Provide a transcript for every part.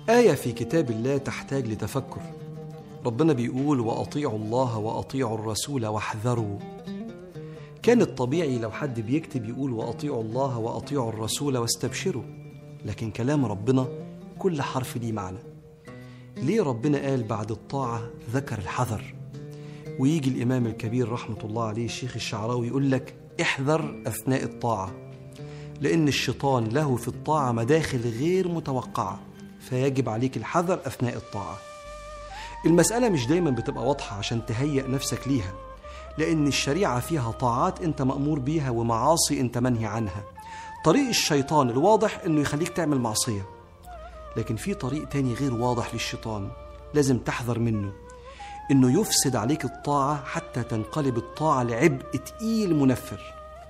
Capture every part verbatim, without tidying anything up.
آية في كتاب الله تحتاج لتفكر. ربنا بيقول وأطيعوا الله وأطيعوا الرسول واحذروا. كان الطبيعي لو حد بيكتب يقول وأطيعوا الله وأطيعوا الرسول واستبشروا، لكن كلام ربنا كل حرف ليه معنى. ليه ربنا قال بعد الطاعة ذكر الحذر؟ ويجي الإمام الكبير رحمة الله عليه الشيخ الشعراوي يقول لك احذر أثناء الطاعة، لأن الشيطان له في الطاعة مداخل غير متوقعة، فيجب عليك الحذر أثناء الطاعة. المسألة مش دايما بتبقى واضحة عشان تهيئ نفسك ليها، لأن الشريعة فيها طاعات أنت مأمور بيها ومعاصي أنت منهي عنها. طريق الشيطان الواضح أنه يخليك تعمل معصية، لكن في طريق تاني غير واضح للشيطان لازم تحذر منه، أنه يفسد عليك الطاعة حتى تنقلب الطاعة لعبء تقيل منفر.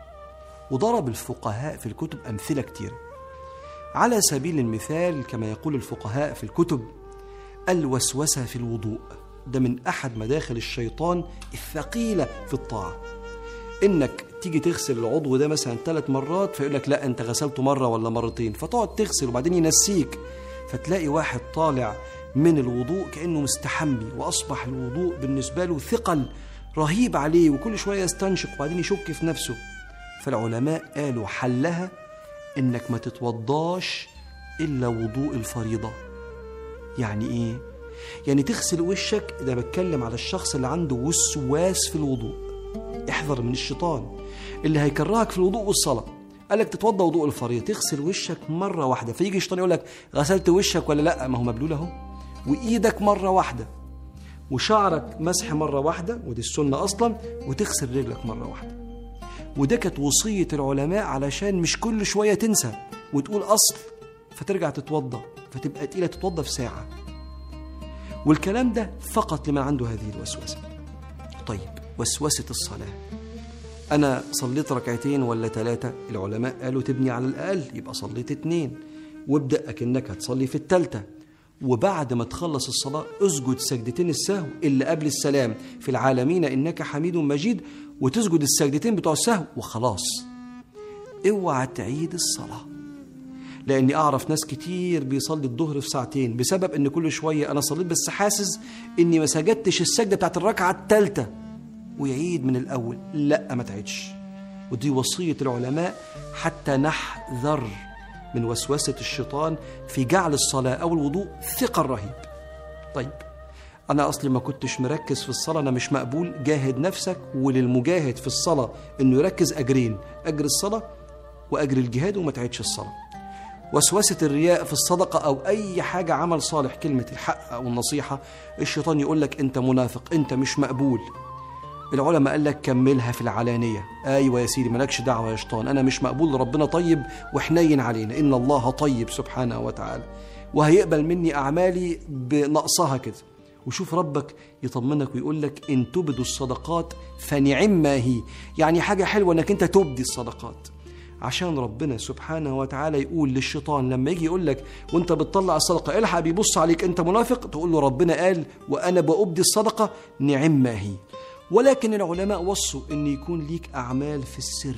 وضرب الفقهاء في الكتب أمثلة كتير. على سبيل المثال كما يقول الفقهاء في الكتب الوسوسة في الوضوء، ده من أحد مداخل الشيطان الثقيلة في الطاعة. إنك تيجي تغسل العضو ده مثلا ثلاث مرات فيقول لك لا أنت غسلته مرة ولا مرتين، فتقعد تغسل وبعدين ينسيك، فتلاقي واحد طالع من الوضوء كأنه مستحمي، وأصبح الوضوء بالنسبة له ثقل رهيب عليه، وكل شوية يستنشق وبعدين يشك في نفسه. فالعلماء قالوا حلها إنك ما تتوضاش إلا وضوء الفريضة. يعني إيه؟ يعني تغسل وشك، ده بتكلم على الشخص اللي عنده وسواس في الوضوء. احذر من الشيطان اللي هيكرهك في الوضوء والصلاة. قالك تتوضى وضوء الفريضة، تغسل وشك مرة واحدة، فيجي الشيطان يقولك غسلت وشك ولا لأ؟ ما هو مبلول اهو. وإيدك مرة واحدة، وشعرك مسح مرة واحدة، ودي السنة أصلا، وتغسل رجلك مرة واحدة. وده كانت وصية العلماء علشان مش كل شوية تنسى وتقول أصل فترجع تتوضى، فتبقى تقيلة تتوضى في ساعة. والكلام ده فقط لمن عنده هذه الوسوسة. طيب وسوسة الصلاة، أنا صليت ركعتين ولا ثلاثة؟ العلماء قالوا تبني على الأقل، يبقى صليت اتنين، وابدأ أكنك هتصلي في التالتة، وبعد ما تخلص الصلاة اسجد سجدتين السهو اللي قبل السلام في العالمين إنك حميد مجيد، وتسجد السجدتين بتوع السهو وخلاص. اوعى تعيد الصلاة، لأني أعرف ناس كتير بيصلي الظهر في ساعتين بسبب إن كل شوية أنا صليت بس حاسس إني ما سجدتش السجدة بتاعت الركعة الثالثة، ويعيد من الأول. لا، ما تعيدش. ودي وصية العلماء حتى نحذر من وسوسة الشيطان في جعل الصلاة أو الوضوء ثقل رهيب. طيب أنا أصلي ما كنتش مركز في الصلاة، أنا مش مقبول. جاهد نفسك، وللمجاهد في الصلاة إنه يركز أجرين، أجر الصلاة وأجر الجهاد، وما تعيدش الصلاة. وسوسة الرياء في الصدقة أو أي حاجة عمل صالح، كلمة الحق أو النصيحة، الشيطان يقول لك أنت منافق، أنت مش مقبول. العلماء قال لك كملها في العلانية. أيوة يا سيدي، مالكش دعوة يا شيطان، أنا مش مقبول، ربنا طيب وحنين علينا، إن الله طيب سبحانه وتعالى، وهيقبل مني أعمالي بنقصها كده. وشوف ربك يطمنك ويقول لك إن تبدوا الصدقات فنعم ما هي، يعني حاجة حلوة إنك أنت تبدي الصدقات، عشان ربنا سبحانه وتعالى يقول للشيطان لما يجي يقول لك وانت بتطلع الصدقة الحق بيبص عليك انت منافق، تقول له ربنا قال وانا بأبدي الصدقة نعم ما هي. ولكن العلماء وصوا ان يكون ليك اعمال في السر،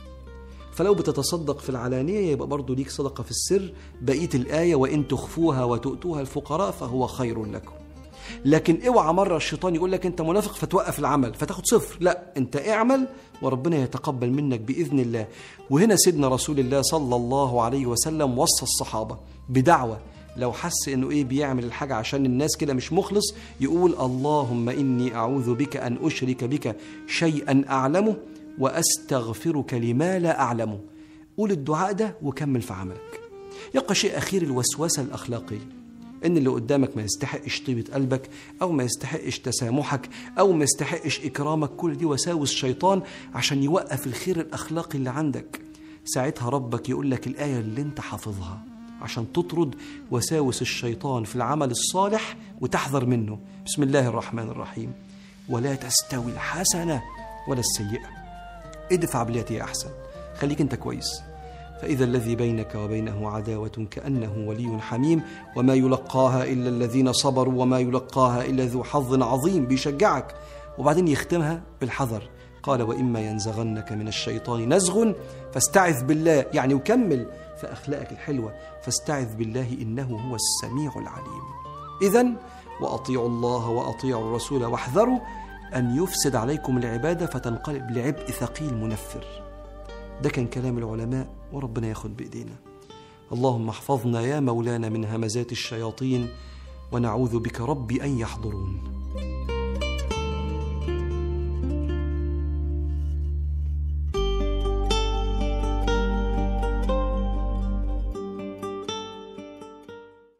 فلو بتتصدق في العلانية يبقى برضو ليك صدقة في السر. بقية الآية وإن تخفوها وتؤتوها الفقراء فهو خير لكم. لكن اوعى مرة الشيطان يقول لك انت منافق فتوقف العمل فتاخد صفر، لا، انت اعمل وربنا يتقبل منك بإذن الله. وهنا سيدنا رسول الله صلى الله عليه وسلم وصى الصحابة بدعوة، لو حس انه ايه بيعمل الحاجة عشان الناس كده مش مخلص، يقول اللهم إني أعوذ بك أن أشرك بك شيئا أعلمه وأستغفرك لما لا أعلمه. قول الدعاء ده وكمل في عملك. يبقى شيء أخير الوسوسة الأخلاقية، إن اللي قدامك ما يستحقش طيبة قلبك، أو ما يستحقش تسامحك، أو ما يستحقش إكرامك. كل دي وساوس شيطان عشان يوقف الخير الأخلاقي اللي عندك. ساعتها ربك يقول لك الآية اللي انت حافظها عشان تطرد وساوس الشيطان في العمل الصالح وتحذر منه. بسم الله الرحمن الرحيم. ولا تستوي الحسنة ولا السيئة، ادفع بالتي أحسن، خليك انت كويس. فإذا الذي بينك وبينه عداوة كأنه ولي حميم وما يلقاها إلا الذين صبروا وما يلقاها إلا ذو حظ عظيم. بيشجعك، وبعدين يختمها بالحذر. قال وإما ينزغنك من الشيطان نزغ فاستعذ بالله، يعني وكمل في أخلاقك الحلوة، فاستعذ بالله إنه هو السميع العليم. إذن وأطيعوا الله وأطيعوا الرسول واحذروا أن يفسد عليكم العبادة فتنقلب لعبء ثقيل منفر. ده كان كلام العلماء، وربنا ياخد بإيدينا. اللهم احفظنا يا مولانا من همزات الشياطين، ونعوذ بك ربي أن يحضرون.